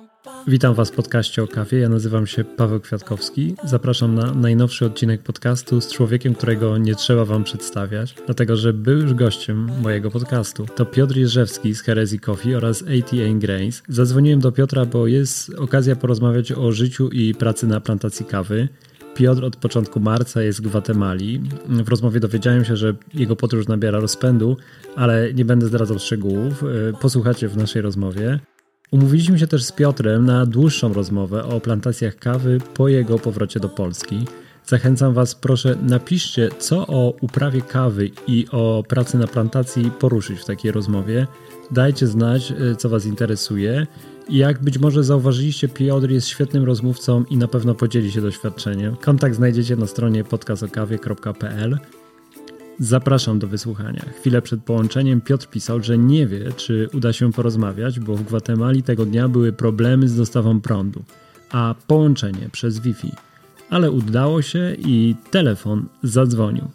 Witam Was w podcaście o kawie. Ja nazywam się Paweł Kwiatkowski. Zapraszam na najnowszy odcinek podcastu z człowiekiem, którego nie trzeba Wam przedstawiać, dlatego że był już gościem mojego podcastu. To Piotr Jerzewski z Herezji Coffee oraz ATA Grains. Zadzwoniłem do Piotra, bo jest okazja porozmawiać o życiu i pracy na plantacji kawy. Piotr od początku marca jest w Gwatemali. W rozmowie dowiedziałem się, że jego podróż nabiera rozpędu, ale nie będę zdradzał szczegółów. Posłuchacie w naszej rozmowie. Umówiliśmy się też z Piotrem na dłuższą rozmowę o plantacjach kawy po jego powrocie do Polski. Zachęcam Was, proszę napiszcie, co o uprawie kawy i o pracy na plantacji poruszyć w takiej rozmowie. Dajcie znać, co Was interesuje. I jak być może zauważyliście, Piotr jest świetnym rozmówcą i na pewno podzieli się doświadczeniem. Kontakt znajdziecie na stronie podcastokawie.pl. Zapraszam do wysłuchania. Chwilę przed połączeniem Piotr pisał, że nie wie, czy uda się porozmawiać, bo w Gwatemali tego dnia były problemy z dostawą prądu, a połączenie przez Wi-Fi. Ale udało się i telefon zadzwonił.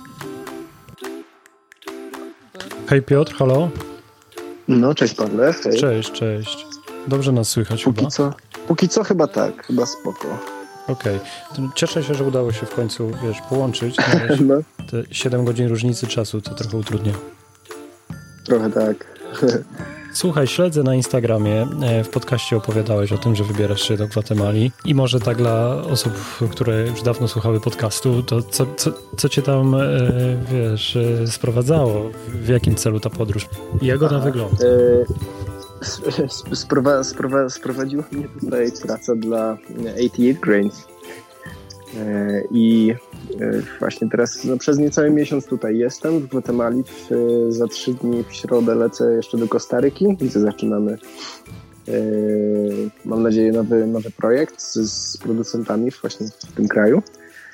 Hej Piotr, halo? No, cześć Pawle. Hej. Cześć. Dobrze nas słychać Póki co chyba tak, chyba spoko. Okej. Cieszę się, że udało się w końcu, połączyć. No. Te 7 godzin różnicy czasu to trochę utrudnia. Trochę tak. Słuchaj, śledzę na Instagramie. W podcaście opowiadałeś o tym, że wybierasz się do Gwatemali. I może tak dla osób, które już dawno słuchały podcastu, to co cię tam, sprowadzało? W jakim celu ta podróż? I jak ona wygląda? Sprowadziła mnie tutaj praca dla ATA Grains. I właśnie teraz przez niecały miesiąc tutaj jestem w Gwatemali. Za 3 dni w środę lecę jeszcze do Kostaryki, gdzie zaczynamy, mam nadzieję, nowy projekt z producentami właśnie w tym kraju.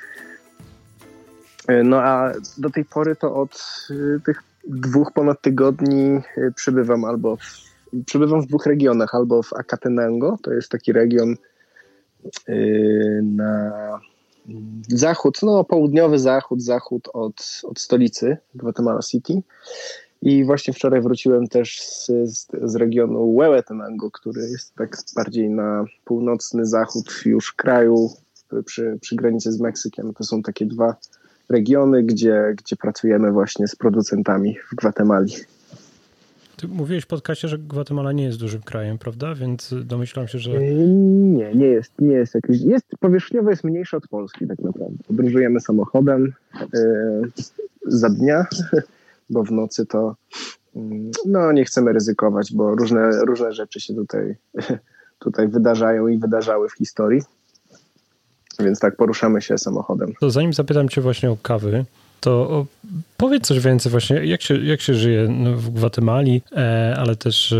No a do tej pory to od tych 2 ponad tygodni przebywam w 2 regionach, albo w Acatenango, to jest taki region na zachód, południowy zachód od stolicy Guatemala City. I właśnie wczoraj wróciłem też z regionu Huehuetenango, który jest tak bardziej na północny zachód już kraju, przy granicy z Meksykiem. To są takie 2 regiony, gdzie pracujemy właśnie z producentami w Gwatemali. Ty mówiłeś w podcaście, że Gwatemala nie jest dużym krajem, prawda? Więc domyślam się, że... Nie jest jakiś... Powierzchniowo jest mniejsza od Polski tak naprawdę. Podróżujemy samochodem za dnia, bo w nocy to nie chcemy ryzykować, bo różne rzeczy się tutaj wydarzają i wydarzały w historii. Więc tak, poruszamy się samochodem. To zanim zapytam cię właśnie o kawy, to powiedz coś więcej właśnie, jak się żyje w Gwatemali, ale też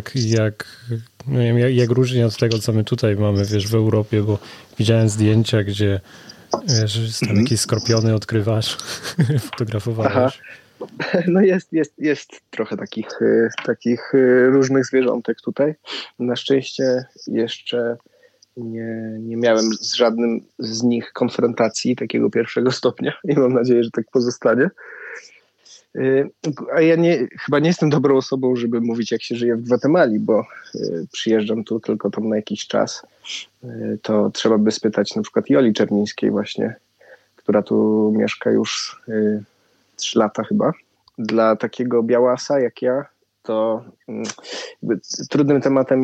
jak różni od tego, co my tutaj mamy, w Europie, bo widziałem zdjęcia, gdzie tam jakieś skorpiony odkrywasz, fotografowałeś. Aha. No jest trochę takich różnych zwierzątek tutaj. Na szczęście jeszcze nie miałem z żadnym z nich konfrontacji takiego 1. stopnia i mam nadzieję, że tak pozostanie. A ja chyba nie jestem dobrą osobą, żeby mówić, jak się żyje w Gwatemali, bo przyjeżdżam tu tylko tam na jakiś czas. To trzeba by spytać na przykład Joli Czernińskiej właśnie, która tu mieszka już 3 lata chyba. Dla takiego białasa jak ja, to trudnym tematem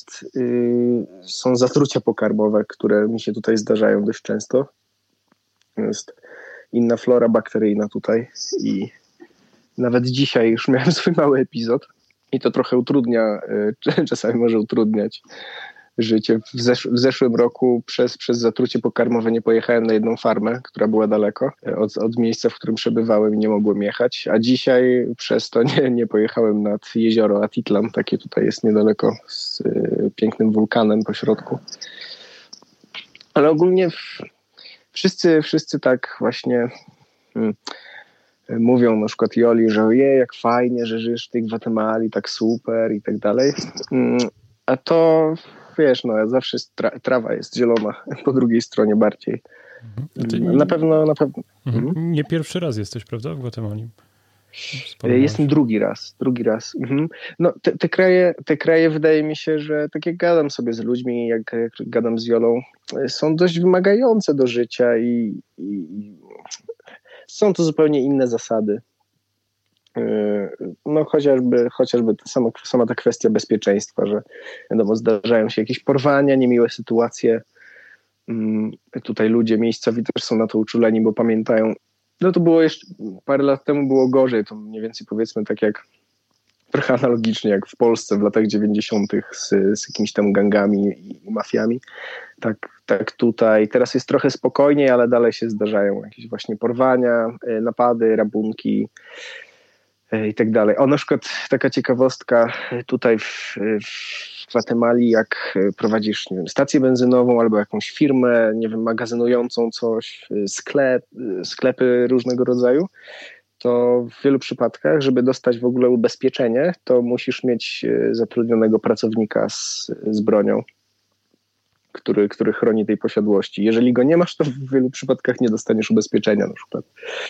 są zatrucia pokarmowe, które mi się tutaj zdarzają dość często. Jest inna flora bakteryjna tutaj i nawet dzisiaj już miałem swój mały epizod i to trochę czasami może utrudniać życie. W zeszłym roku przez zatrucie pokarmowe nie pojechałem na jedną farmę, która była daleko od miejsca, w którym przebywałem i nie mogłem jechać, a dzisiaj przez to nie pojechałem nad jezioro Atitlan, takie tutaj jest niedaleko, z pięknym wulkanem po środku. Ale ogólnie wszyscy tak właśnie mówią, na przykład Joli, że jak fajnie, że żyjesz w tej Gwatemali, tak super i tak dalej. A to zawsze trawa jest zielona po drugiej stronie bardziej. Na pewno. Nie pierwszy raz jesteś, prawda, w Gwatemali? Jestem drugi raz. Mhm. No, te kraje wydaje mi się, że tak jak gadam sobie z ludźmi, jak gadam z Jolą, są dość wymagające do życia i są to zupełnie inne zasady. No chociażby sama ta kwestia bezpieczeństwa, że wiadomo, zdarzają się jakieś porwania, niemiłe sytuacje. Tutaj ludzie miejscowi też są na to uczuleni, bo pamiętają, no to było jeszcze parę lat temu było gorzej, to mniej więcej powiedzmy tak jak trochę analogicznie jak w Polsce w latach 90. z jakimiś tam gangami i mafiami. Tak tutaj. Teraz jest trochę spokojniej, ale dalej się zdarzają jakieś właśnie porwania, napady, rabunki i tak dalej. Na przykład taka ciekawostka tutaj w Gwatemali, jak prowadzisz, nie wiem, stację benzynową albo jakąś firmę, nie wiem, magazynującą coś, sklepy różnego rodzaju, to w wielu przypadkach, żeby dostać w ogóle ubezpieczenie, to musisz mieć zatrudnionego pracownika z bronią, który chroni tej posiadłości. Jeżeli go nie masz, to w wielu przypadkach nie dostaniesz ubezpieczenia na przykład.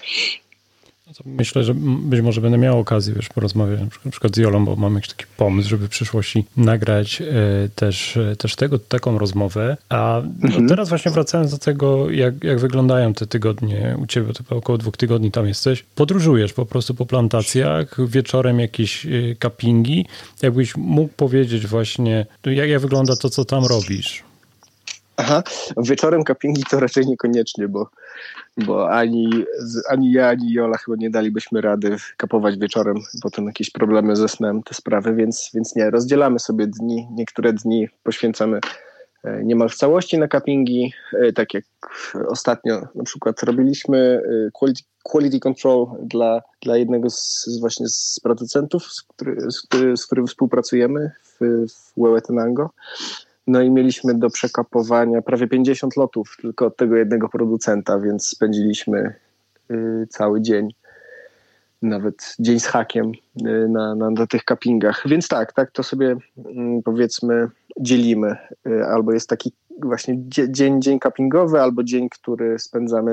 No to myślę, że być może będę miał okazję porozmawiać na przykład z Jolą, bo mam jakiś taki pomysł, żeby w przyszłości nagrać też taką rozmowę. A teraz właśnie wracając do tego, jak wyglądają te tygodnie u ciebie, to około 2 tygodni tam jesteś. Podróżujesz po prostu po plantacjach, wieczorem jakieś cuppingi. Jakbyś mógł powiedzieć właśnie, jak wygląda to, co tam robisz? Aha, wieczorem cuppingi to raczej niekoniecznie, bo ani ja, ani Jola chyba nie dalibyśmy rady kapować wieczorem, potem jakieś problemy ze snem, te sprawy, więc nie, rozdzielamy sobie dni, niektóre dni poświęcamy niemal w całości na cuppingi, tak jak ostatnio na przykład robiliśmy quality control dla jednego właśnie z producentów, z którym współpracujemy w Huehuetenango. No i mieliśmy do przekapowania prawie 50 lotów tylko od tego jednego producenta, więc spędziliśmy cały dzień, nawet dzień z hakiem na tych cuppingach. Więc tak to sobie powiedzmy dzielimy. Albo jest taki właśnie dzień cuppingowy, albo dzień, który spędzamy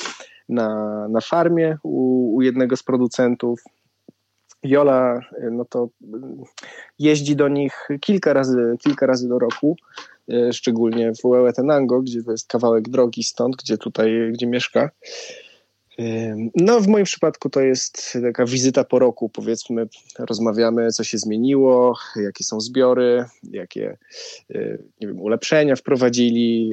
na farmie u jednego z producentów. Jola no to jeździ do nich kilka razy do roku, szczególnie w Huehuetenango, gdzie to jest kawałek drogi stąd, gdzie mieszka. No w moim przypadku to jest taka wizyta po roku, powiedzmy, rozmawiamy, co się zmieniło, jakie są zbiory, jakie nie wiem, ulepszenia wprowadzili,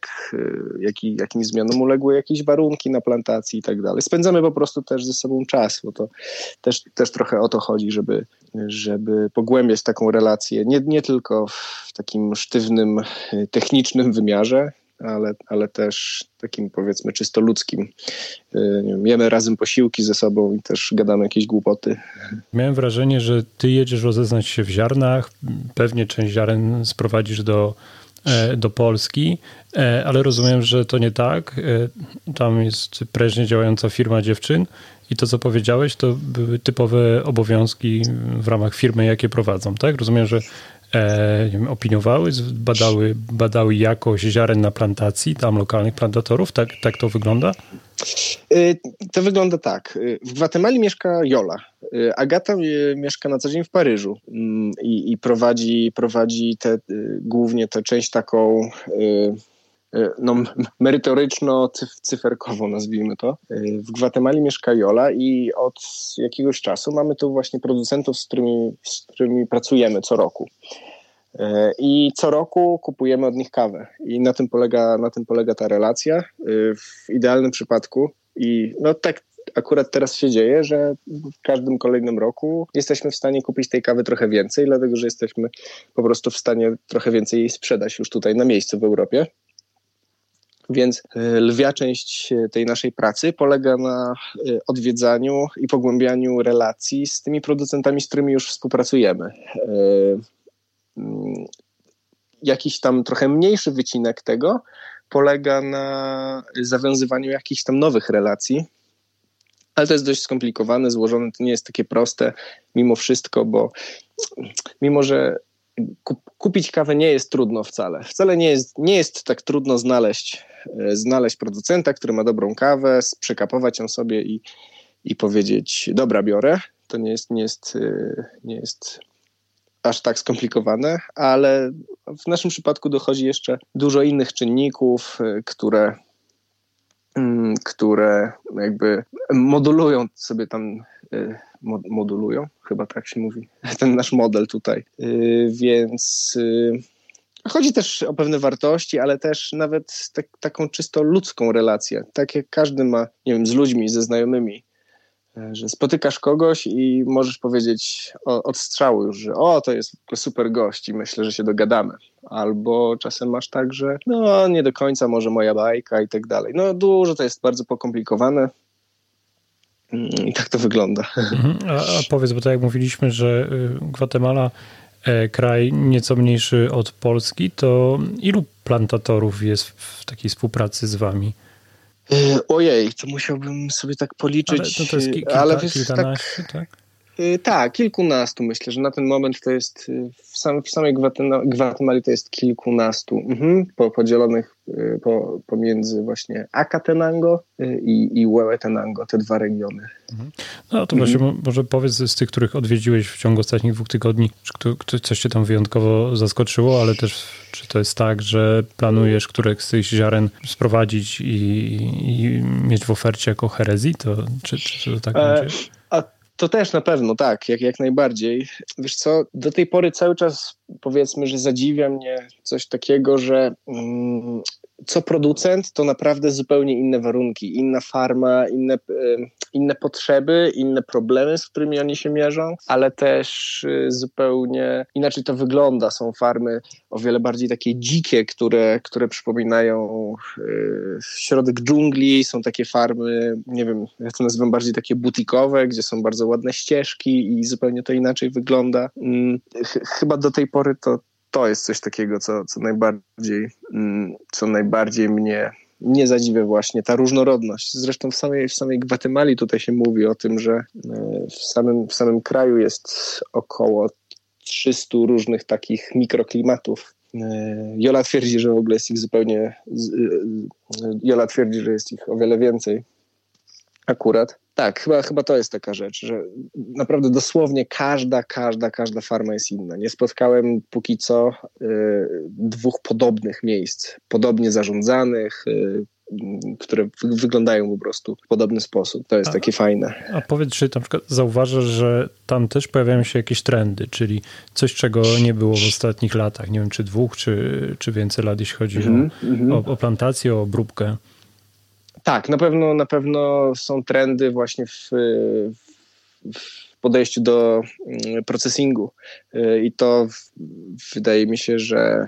jakim zmianom uległy jakieś warunki na plantacji i tak dalej. Spędzamy po prostu też ze sobą czas, bo to też trochę o to chodzi, żeby pogłębiać taką relację, nie tylko w takim sztywnym, technicznym wymiarze, ale też takim powiedzmy czysto ludzkim. Jemy razem posiłki ze sobą i też gadamy jakieś głupoty. Miałem wrażenie, że ty jedziesz rozeznać się w ziarnach, pewnie część ziaren sprowadzisz do Polski, ale rozumiem, że to nie tak. Tam jest prężnie działająca firma dziewczyn i to, co powiedziałeś, to były typowe obowiązki w ramach firmy, jakie prowadzą, tak? Rozumiem, że opiniowały, badały jakość ziaren na plantacji, tam lokalnych plantatorów, tak to wygląda? To wygląda tak. W Gwatemali mieszka Jola. Agata mieszka na co dzień w Paryżu i prowadzi głównie tę część taką merytoryczno-cyferkową, nazwijmy to. W Gwatemali mieszka Jola i od jakiegoś czasu mamy tu właśnie producentów, z którymi pracujemy co roku. I co roku kupujemy od nich kawę. I na tym polega ta relacja. W idealnym przypadku i no tak akurat teraz się dzieje, że w każdym kolejnym roku jesteśmy w stanie kupić tej kawy trochę więcej, dlatego że jesteśmy po prostu w stanie trochę więcej jej sprzedać już tutaj na miejscu w Europie. Więc lwia część tej naszej pracy polega na odwiedzaniu i pogłębianiu relacji z tymi producentami, z którymi już współpracujemy. Jakiś tam trochę mniejszy wycinek tego polega na zawiązywaniu jakichś tam nowych relacji, ale to jest dość skomplikowane, złożone, to nie jest takie proste mimo wszystko, bo mimo, że kupić kawę nie jest trudno wcale. Wcale nie jest tak trudno znaleźć producenta, który ma dobrą kawę, przekapować ją sobie i powiedzieć, dobra, biorę. To nie jest aż tak skomplikowane, ale w naszym przypadku dochodzi jeszcze dużo innych czynników, które jakby modulują sobie tam, modulują, chyba tak się mówi, ten nasz model tutaj. Więc chodzi też o pewne wartości, ale też nawet taką czysto ludzką relację. Tak jak każdy ma, nie wiem, z ludźmi, ze znajomymi, że spotykasz kogoś i możesz powiedzieć od strzału już, że to jest super gość i myślę, że się dogadamy. Albo czasem masz tak, że nie do końca może moja bajka i tak dalej. Dużo to jest bardzo pokomplikowane i tak to wygląda. A powiedz, bo tak jak mówiliśmy, że Gwatemala, kraj nieco mniejszy od Polski, to ilu plantatorów jest w takiej współpracy z wami? Ojej, to musiałbym sobie tak policzyć. Ale to jest kilkanaście, tak? Tak, kilkunastu myślę, że na ten moment to jest w samej Gwatemali to jest kilkunastu, podzielonych pomiędzy właśnie Acatenango i Huehuetenango, te dwa regiony. No to właśnie może powiedz z tych, których odwiedziłeś w ciągu ostatnich 2 tygodni, czy coś cię tam wyjątkowo zaskoczyło, ale też czy to jest tak, że planujesz któreś z tych ziaren sprowadzić i mieć w ofercie jako herezji? Czy to tak będzie? To też na pewno, tak, jak najbardziej. Wiesz co, do tej pory cały czas powiedzmy, że zadziwia mnie coś takiego, że co producent to naprawdę zupełnie inne warunki, inna farma, inne potrzeby, inne problemy, z którymi oni się mierzą, ale też zupełnie inaczej to wygląda. Są farmy o wiele bardziej takie dzikie, które przypominają środek dżungli. Są takie farmy, nie wiem, ja to nazywam bardziej takie butikowe, gdzie są bardzo ładne ścieżki i zupełnie to inaczej wygląda. Chyba do tej pory to jest coś takiego, co najbardziej mnie zadziwia właśnie, ta różnorodność. Zresztą w samej Gwatemali tutaj się mówi o tym, że w samym kraju jest około 300 różnych takich mikroklimatów. Jola twierdzi, że w ogóle jest ich Jola twierdzi, że jest ich o wiele więcej akurat. Tak, chyba to jest taka rzecz, że naprawdę dosłownie każda farma jest inna. Nie spotkałem póki co 2 podobnych miejsc, podobnie zarządzanych, które wyglądają po prostu w podobny sposób. To jest takie fajne. A powiedz, czy na przykład zauważasz, że tam też pojawiają się jakieś trendy, czyli coś, czego nie było w ostatnich latach, nie wiem, czy 2, czy więcej lat, jeśli chodzi o plantację, o obróbkę? Tak, na pewno są trendy właśnie w podejściu do procesingu i to wydaje mi się, że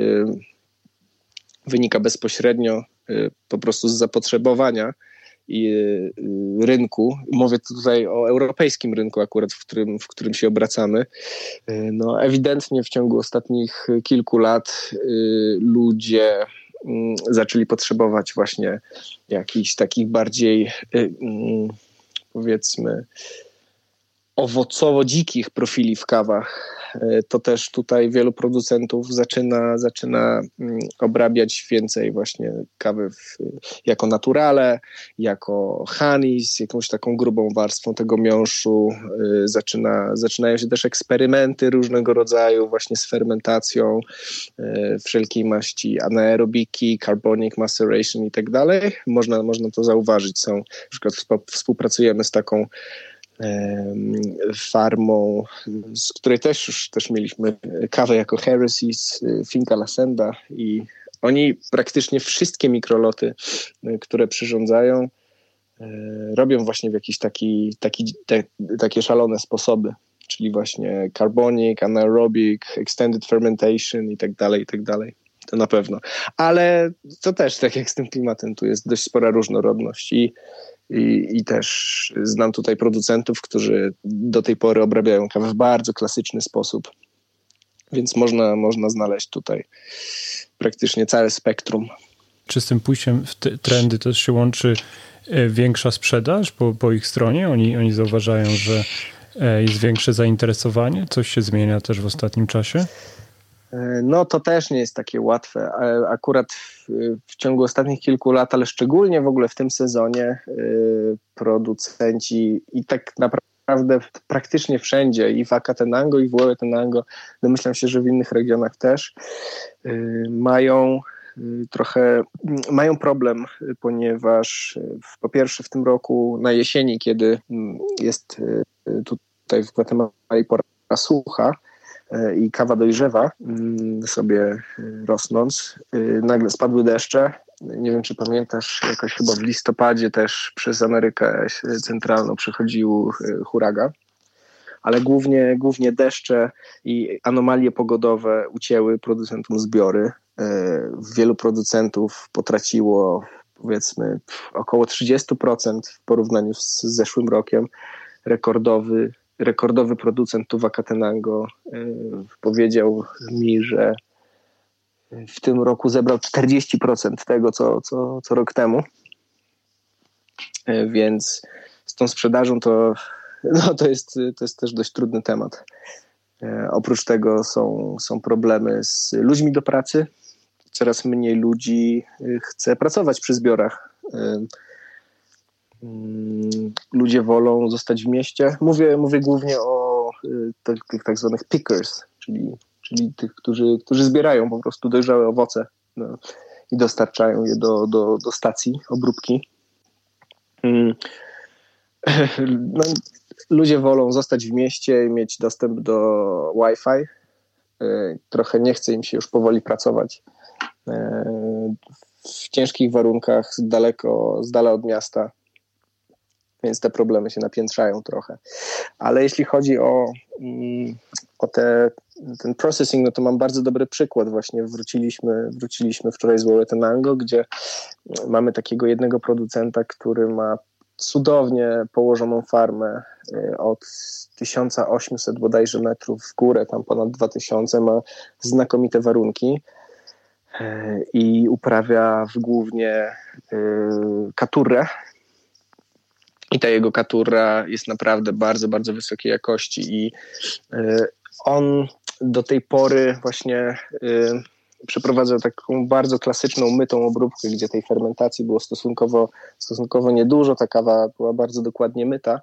wynika bezpośrednio po prostu z zapotrzebowania i rynku. Mówię tutaj o europejskim rynku akurat, w którym się obracamy. Ewidentnie w ciągu ostatnich kilku lat ludzie zaczęli potrzebować właśnie jakichś takich bardziej powiedzmy owocowo-dzikich profili w kawach. To też tutaj wielu producentów zaczyna obrabiać więcej właśnie kawy jako naturale, jako honey, z jakąś taką grubą warstwą tego miąższu. Zaczynają się też eksperymenty różnego rodzaju właśnie z fermentacją, wszelkiej maści anaerobiki, carbonic maceration i tak dalej. Można to zauważyć. Na przykład współpracujemy z taką farmą, z której też mieliśmy kawę jako Heresy z Finca La Senda i oni praktycznie wszystkie mikroloty, które przyrządzają, robią właśnie w jakieś takie szalone sposoby, czyli właśnie carbonic, anaerobic, extended fermentation i tak dalej. To na pewno. Ale to też tak jak z tym klimatem, tu jest dość spora różnorodność i też znam tutaj producentów, którzy do tej pory obrabiają kawę w bardzo klasyczny sposób. Więc można znaleźć tutaj praktycznie całe spektrum. Czy z tym pójściem w te trendy też się łączy większa sprzedaż po ich stronie? Oni zauważają, że jest większe zainteresowanie? Coś się zmienia też w ostatnim czasie? No to też nie jest takie łatwe. Akurat w ciągu ostatnich kilku lat, ale szczególnie w ogóle w tym sezonie producenci i tak naprawdę praktycznie wszędzie, i w Acatenango, i w Huehuetenango, domyślam się, że w innych regionach też, mają problem, ponieważ po pierwsze w tym roku na jesieni, kiedy jest tutaj w Gwatemali pora sucha i kawa dojrzewa sobie rosnąc, nagle spadły deszcze. Nie wiem, czy pamiętasz, jakoś chyba w listopadzie też przez Amerykę Centralną przechodził huragan, ale głównie deszcze i anomalie pogodowe ucięły producentom zbiory. Wielu producentów potraciło, powiedzmy, około 30% w porównaniu z zeszłym rokiem. Rekordowy producent tu w Acatenango powiedział mi, że w tym roku zebrał 40% tego, co rok temu. Więc z tą sprzedażą to jest też dość trudny temat. Oprócz tego są problemy z ludźmi do pracy. Coraz mniej ludzi chce pracować przy zbiorach. Ludzie wolą zostać w mieście. Mówię głównie o tych tak zwanych pickers, czyli tych, którzy zbierają po prostu dojrzałe owoce i dostarczają je do stacji obróbki. No, ludzie wolą zostać w mieście i mieć dostęp do Wi-Fi. Trochę nie chce im się już powoli pracować w ciężkich warunkach, z dala od miasta, więc te problemy się napiętrzają trochę. Ale jeśli chodzi o ten processing, no to mam bardzo dobry przykład. Właśnie wróciliśmy wczoraj z Huehuetenango, gdzie mamy takiego jednego producenta, który ma cudownie położoną farmę od 1800 bodajże metrów w górę, tam ponad 2000, ma znakomite warunki i uprawia głównie katurę. I ta jego katura jest naprawdę bardzo, bardzo wysokiej jakości i on do tej pory właśnie przeprowadza taką bardzo klasyczną mytą obróbkę, gdzie tej fermentacji było stosunkowo niedużo, ta kawa była bardzo dokładnie myta.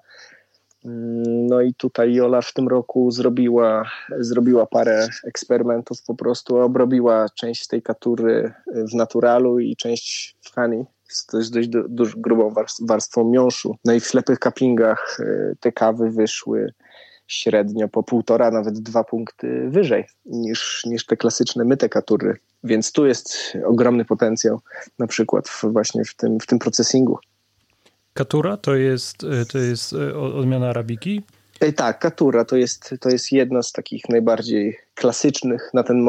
No i tutaj Jola w tym roku zrobiła parę eksperymentów, po prostu obrobiła część z tej katury w naturalu i część w honey, z dość grubą warstwą miąższu. No i w ślepych cuppingach te kawy wyszły średnio po 1,5, nawet 2 punkty wyżej niż te klasyczne myte katury. Więc tu jest ogromny potencjał, na przykład właśnie w tym procesingu. Katura to jest odmiana arabiki? Tak, katura to jest jedna z takich najbardziej klasycznych na ten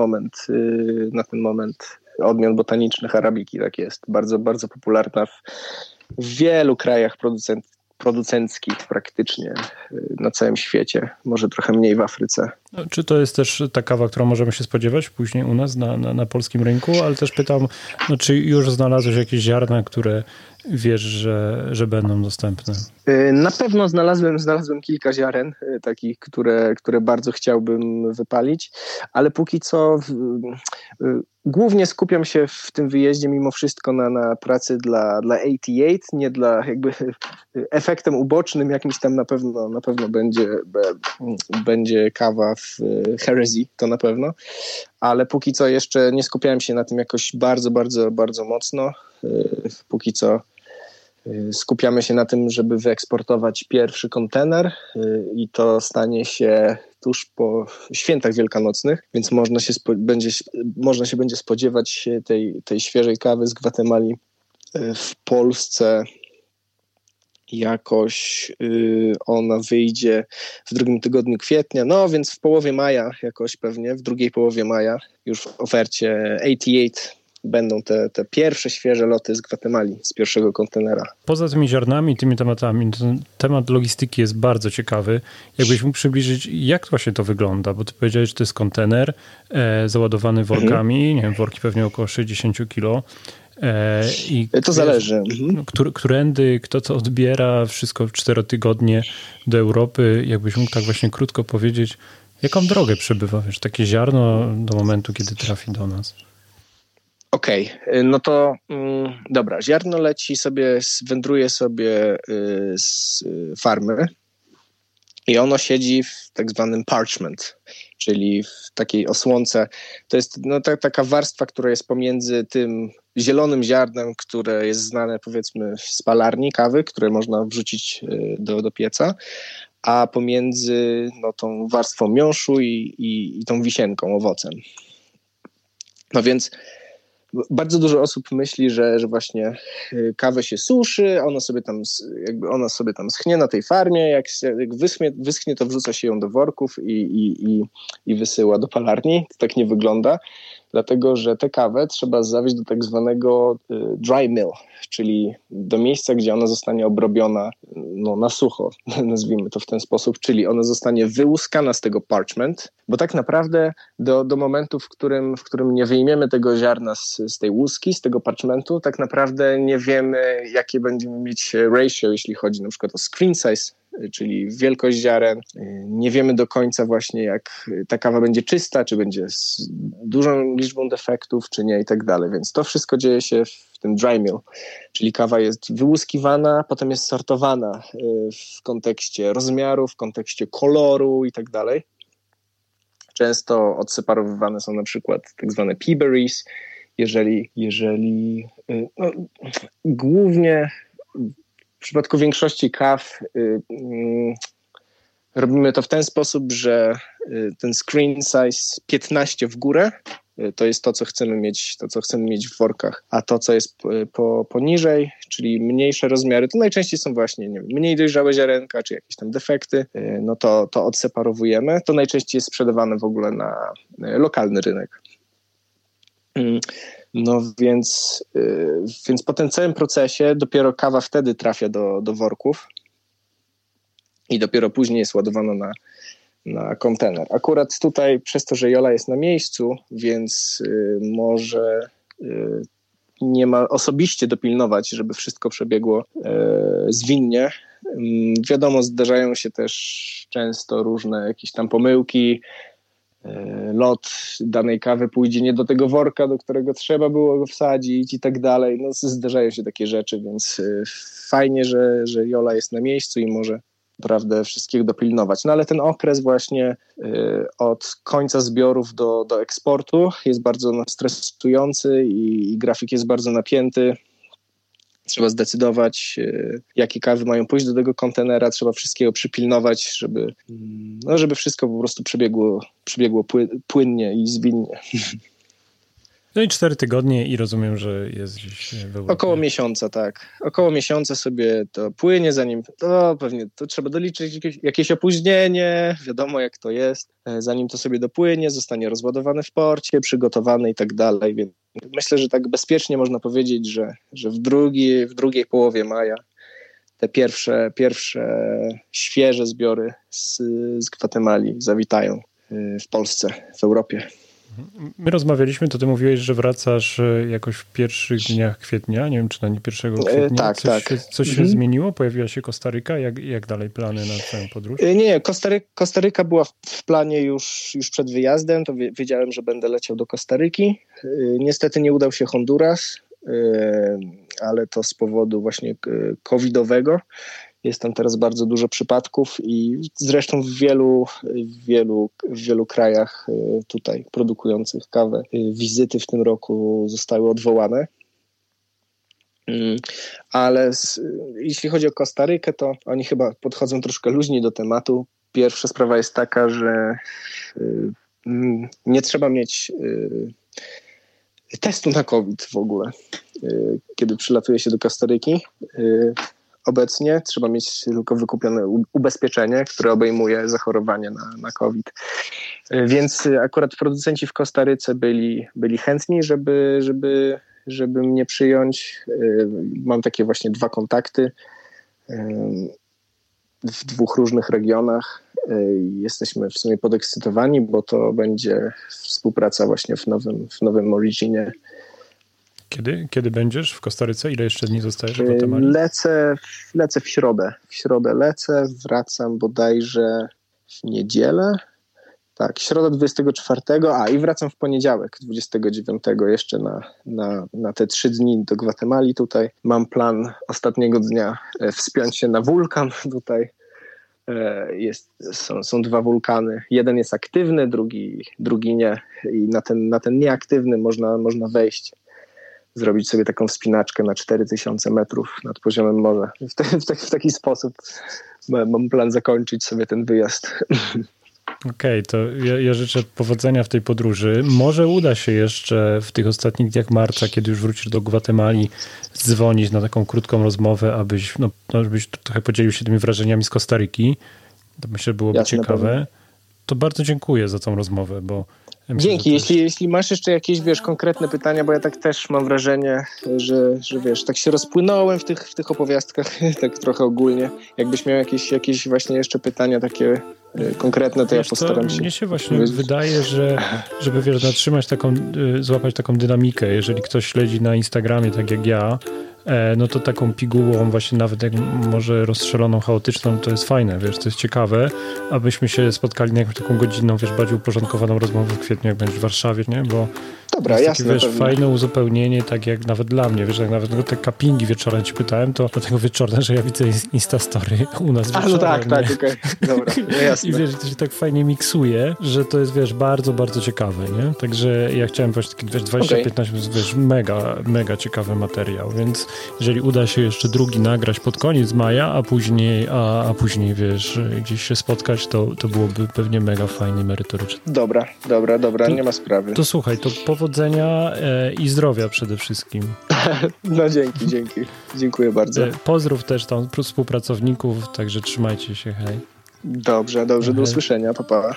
moment odmian botanicznych arabiki. Tak jest. Bardzo, bardzo popularna w wielu krajach producenckich praktycznie na całym świecie. Może trochę mniej w Afryce. Czy to jest też ta kawa, którą możemy się spodziewać później u nas na polskim rynku? Ale też pytam, czy już znalazłeś jakieś ziarna, które wiesz, że będą dostępne? Na pewno znalazłem kilka ziaren takich, które bardzo chciałbym wypalić, ale póki co głównie skupiam się w tym wyjeździe mimo wszystko na pracy dla 88, nie dla jakby efektem ubocznym jakimś tam na pewno będzie kawa w Heresy, to na pewno, ale póki co jeszcze nie skupiałem się na tym jakoś bardzo, bardzo, bardzo mocno. Póki co skupiamy się na tym, żeby wyeksportować pierwszy kontener i to stanie się tuż po świętach wielkanocnych, więc można się będzie spodziewać tej świeżej kawy z Gwatemali w Polsce. Jakoś ona wyjdzie w 2 tygodniu kwietnia, no więc w połowie maja jakoś pewnie, w drugiej połowie maja już w ofercie 88 będą te pierwsze świeże loty z Gwatemali, z pierwszego kontenera. Poza tymi ziarnami, tymi tematami, ten temat logistyki jest bardzo ciekawy. Jakbyś mógł przybliżyć, jak właśnie to wygląda? Bo ty powiedziałeś, że to jest kontener załadowany workami, nie wiem, worki pewnie około 60 kilo. To zależy. Którędy, kto to odbiera, wszystko w 4 tygodnie do Europy. Jakbyś mógł tak właśnie krótko powiedzieć, Jaką drogę przebywa, wiesz, takie ziarno do momentu, kiedy trafi do nas? Okej, no to dobra, ziarno leci sobie, wędruje sobie z farmy i ono siedzi w tak zwanym parchment, czyli w takiej osłonce. To jest taka warstwa, która jest pomiędzy tym zielonym ziarnem, które jest znane powiedzmy z palarni kawy, które można wrzucić do pieca, a pomiędzy tą warstwą miąższu i tą wisienką, owocem. No więc bardzo dużo osób myśli, że właśnie kawę się suszy, ona sobie tam schnie na tej farmie, jak wyschnie, to wrzuca się ją do worków i wysyła do palarni. To tak nie wygląda, dlatego że tę kawę trzeba zawieźć do tak zwanego dry mill, czyli do miejsca, gdzie ona zostanie obrobiona na sucho, nazwijmy to w ten sposób, czyli ona zostanie wyłuskana z tego parchment, bo tak naprawdę do momentu, w którym nie wyjmiemy tego ziarna z tej łuski, z tego parchmentu, tak naprawdę nie wiemy, jakie będziemy mieć ratio, jeśli chodzi na przykład o screen size, czyli wielkość ziaren. Nie wiemy do końca właśnie, jak ta kawa będzie czysta, czy będzie z dużą liczbą defektów, czy nie i tak dalej. Więc to wszystko dzieje się w tym dry mill, czyli kawa jest wyłuskiwana, potem jest sortowana w kontekście rozmiaru, w kontekście koloru i tak dalej. Często odseparowywane są na przykład tak zwane pea berries, głównie w przypadku większości kaw robimy to w ten sposób, że ten screen size 15 w górę to jest to, co chcemy mieć w workach, a to, co jest poniżej, czyli mniejsze rozmiary, to najczęściej są właśnie mniej dojrzałe ziarenka, czy jakieś tam defekty, no to odseparowujemy. To najczęściej jest sprzedawane w ogóle na lokalny rynek. No więc po tym całym procesie dopiero kawa wtedy trafia do worków i dopiero później jest ładowana na kontener. Akurat tutaj przez to, że Jola jest na miejscu, więc może nie ma osobiście dopilnować, żeby wszystko przebiegło zwinnie. Wiadomo, zdarzają się też często różne jakieś tam pomyłki, lot danej kawy pójdzie nie do tego worka, do którego trzeba było go wsadzić i tak dalej. No, zdarzają się takie rzeczy, więc fajnie, że Jola jest na miejscu i może naprawdę wszystkiego dopilnować. No ale ten okres właśnie od końca zbiorów do eksportu jest bardzo stresujący i grafik jest bardzo napięty. Trzeba zdecydować, jakie kawy mają pójść do tego kontenera, trzeba wszystkiego przypilnować, żeby wszystko po prostu przebiegło płynnie i zwinnie. No i 4 tygodnie i rozumiem, że jest gdzieś w Europie. Około miesiąca, tak. Około miesiąca sobie to płynie, zanim pewnie to trzeba doliczyć jakieś opóźnienie, wiadomo jak to jest, zanim to sobie dopłynie, zostanie rozładowane w porcie, przygotowane i tak dalej, więc myślę, że tak bezpiecznie można powiedzieć, że w drugiej połowie te pierwsze świeże zbiory z Gwatemali zawitają w Polsce, w Europie. My rozmawialiśmy, to ty mówiłeś, że wracasz jakoś w pierwszych dniach kwietnia, nie wiem czy na 1 kwietnia. Tak, coś się zmieniło? Pojawiła się Kostaryka? Jak dalej plany na twoją podróż? Nie, Kostaryka była w planie już przed wyjazdem, to wiedziałem, że będę leciał do Kostaryki. Niestety nie udał się Honduras, ale to z powodu właśnie covidowego. Jest tam teraz bardzo dużo przypadków i zresztą w wielu krajach tutaj produkujących kawę wizyty w tym roku zostały odwołane. Ale jeśli chodzi o Kostarykę, to oni chyba podchodzą troszkę luźniej do tematu. Pierwsza sprawa jest taka, że nie trzeba mieć testu na COVID w ogóle, kiedy przylatuje się do Kostaryki. Obecnie trzeba mieć tylko wykupione ubezpieczenie, które obejmuje zachorowanie na COVID. Więc akurat producenci w Kostaryce byli chętni, żeby mnie przyjąć. Mam takie właśnie 2 kontakty w 2 różnych regionach. Jesteśmy w sumie podekscytowani, bo to będzie współpraca właśnie w nowym Originie. Kiedy będziesz w Kostaryce? Ile jeszcze dni zostajesz w Gwatemali? Lecę w środę. W środę lecę, wracam bodajże w niedzielę Tak, środa 24, i wracam w poniedziałek 29 jeszcze na te 3 dni do Gwatemali tutaj. Mam plan ostatniego dnia wspiąć się na wulkan tutaj. Są 2 wulkany. Jeden jest aktywny, drugi nie. I na ten nieaktywny można wejść, zrobić sobie taką wspinaczkę na 4000 metrów nad poziomem morza. W taki sposób mam plan zakończyć sobie ten wyjazd. Okej, to ja życzę powodzenia w tej podróży. Może uda się jeszcze w tych ostatnich dniach marca, kiedy już wrócisz do Gwatemali, dzwonić na taką krótką rozmowę, żebyś trochę podzielił się tymi wrażeniami z Kostaryki. To myślę, że byłoby ciekawe. Pewnie. To bardzo dziękuję za tą rozmowę, bo... Dzięki. Jeśli masz jeszcze jakieś, konkretne pytania, bo ja tak też mam wrażenie, że tak się rozpłynąłem w tych opowiastkach, tak trochę ogólnie. Jakbyś miał jakieś właśnie jeszcze pytania takie konkretne, to ja postaram się. Mnie się właśnie wydaje, żeby złapać taką dynamikę, jeżeli ktoś śledzi na Instagramie, tak jak ja, no to taką pigułą właśnie nawet jak może rozstrzeloną, chaotyczną, to jest fajne, to jest ciekawe, abyśmy się spotkali na jakąś taką godzinną, bardziej uporządkowaną rozmowę w kwietniu, jak będziesz w Warszawie, nie? Bo dobra, jest takie, jasne, fajne uzupełnienie, tak jak nawet dla mnie, jak nawet te cuppingi wieczorem ci pytałem, to dlatego wieczorem, że ja widzę Instastory u nas wieczorem. No tak, okej. Dobra, no jasne. I to się tak fajnie miksuje, że to jest, bardzo, bardzo ciekawe, nie? Także ja chciałem właśnie taki, 20-15, mega ciekawy materiał, więc jeżeli uda się jeszcze drugi nagrać pod koniec maja, a później gdzieś się spotkać, to byłoby pewnie mega fajnie, merytoryczne. Dobra, nie ma sprawy. To słuchaj, to powodzenia i zdrowia przede wszystkim. No dzięki. Dziękuję bardzo. Pozdrów też tam współpracowników, także trzymajcie się, hej. Dobrze, do usłyszenia, pa.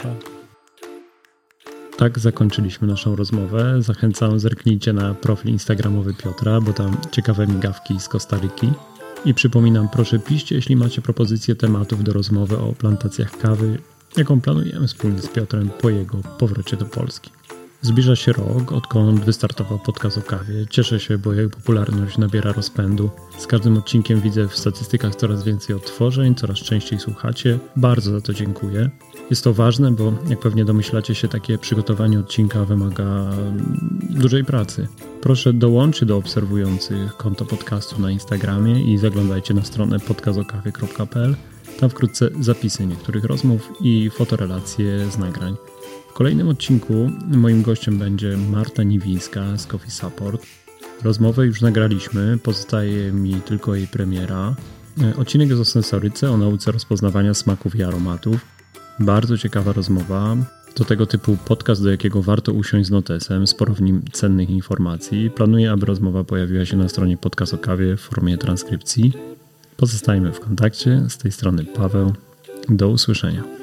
Tak zakończyliśmy naszą rozmowę. Zachęcam, zerknijcie na profil instagramowy Piotra, bo tam ciekawe migawki z Kostaryki. I przypominam, proszę piszcie, jeśli macie propozycje tematów do rozmowy o plantacjach kawy, jaką planujemy wspólnie z Piotrem po jego powrocie do Polski. Zbliża się rok, odkąd wystartował podcast o kawie. Cieszę się, bo jego popularność nabiera rozpędu. Z każdym odcinkiem widzę w statystykach coraz więcej odtworzeń, coraz częściej słuchacie. Bardzo za to dziękuję. Jest to ważne, bo jak pewnie domyślacie się, takie przygotowanie odcinka wymaga dużej pracy. Proszę dołączcie do obserwujących konto podcastu na Instagramie i zaglądajcie na stronę podcastokawie.pl. Tam wkrótce zapisy niektórych rozmów i fotorelacje z nagrań. W kolejnym odcinku moim gościem będzie Marta Niwińska z Coffee Support. Rozmowę już nagraliśmy, pozostaje mi tylko jej premiera. Odcinek jest o sensoryce, o nauce rozpoznawania smaków i aromatów. Bardzo ciekawa rozmowa. To tego typu podcast, do jakiego warto usiąść z notesem, sporo w nim cennych informacji. Planuję, aby rozmowa pojawiła się na stronie Podcast o Kawie w formie transkrypcji. Pozostajemy w kontakcie. Z tej strony Paweł. Do usłyszenia.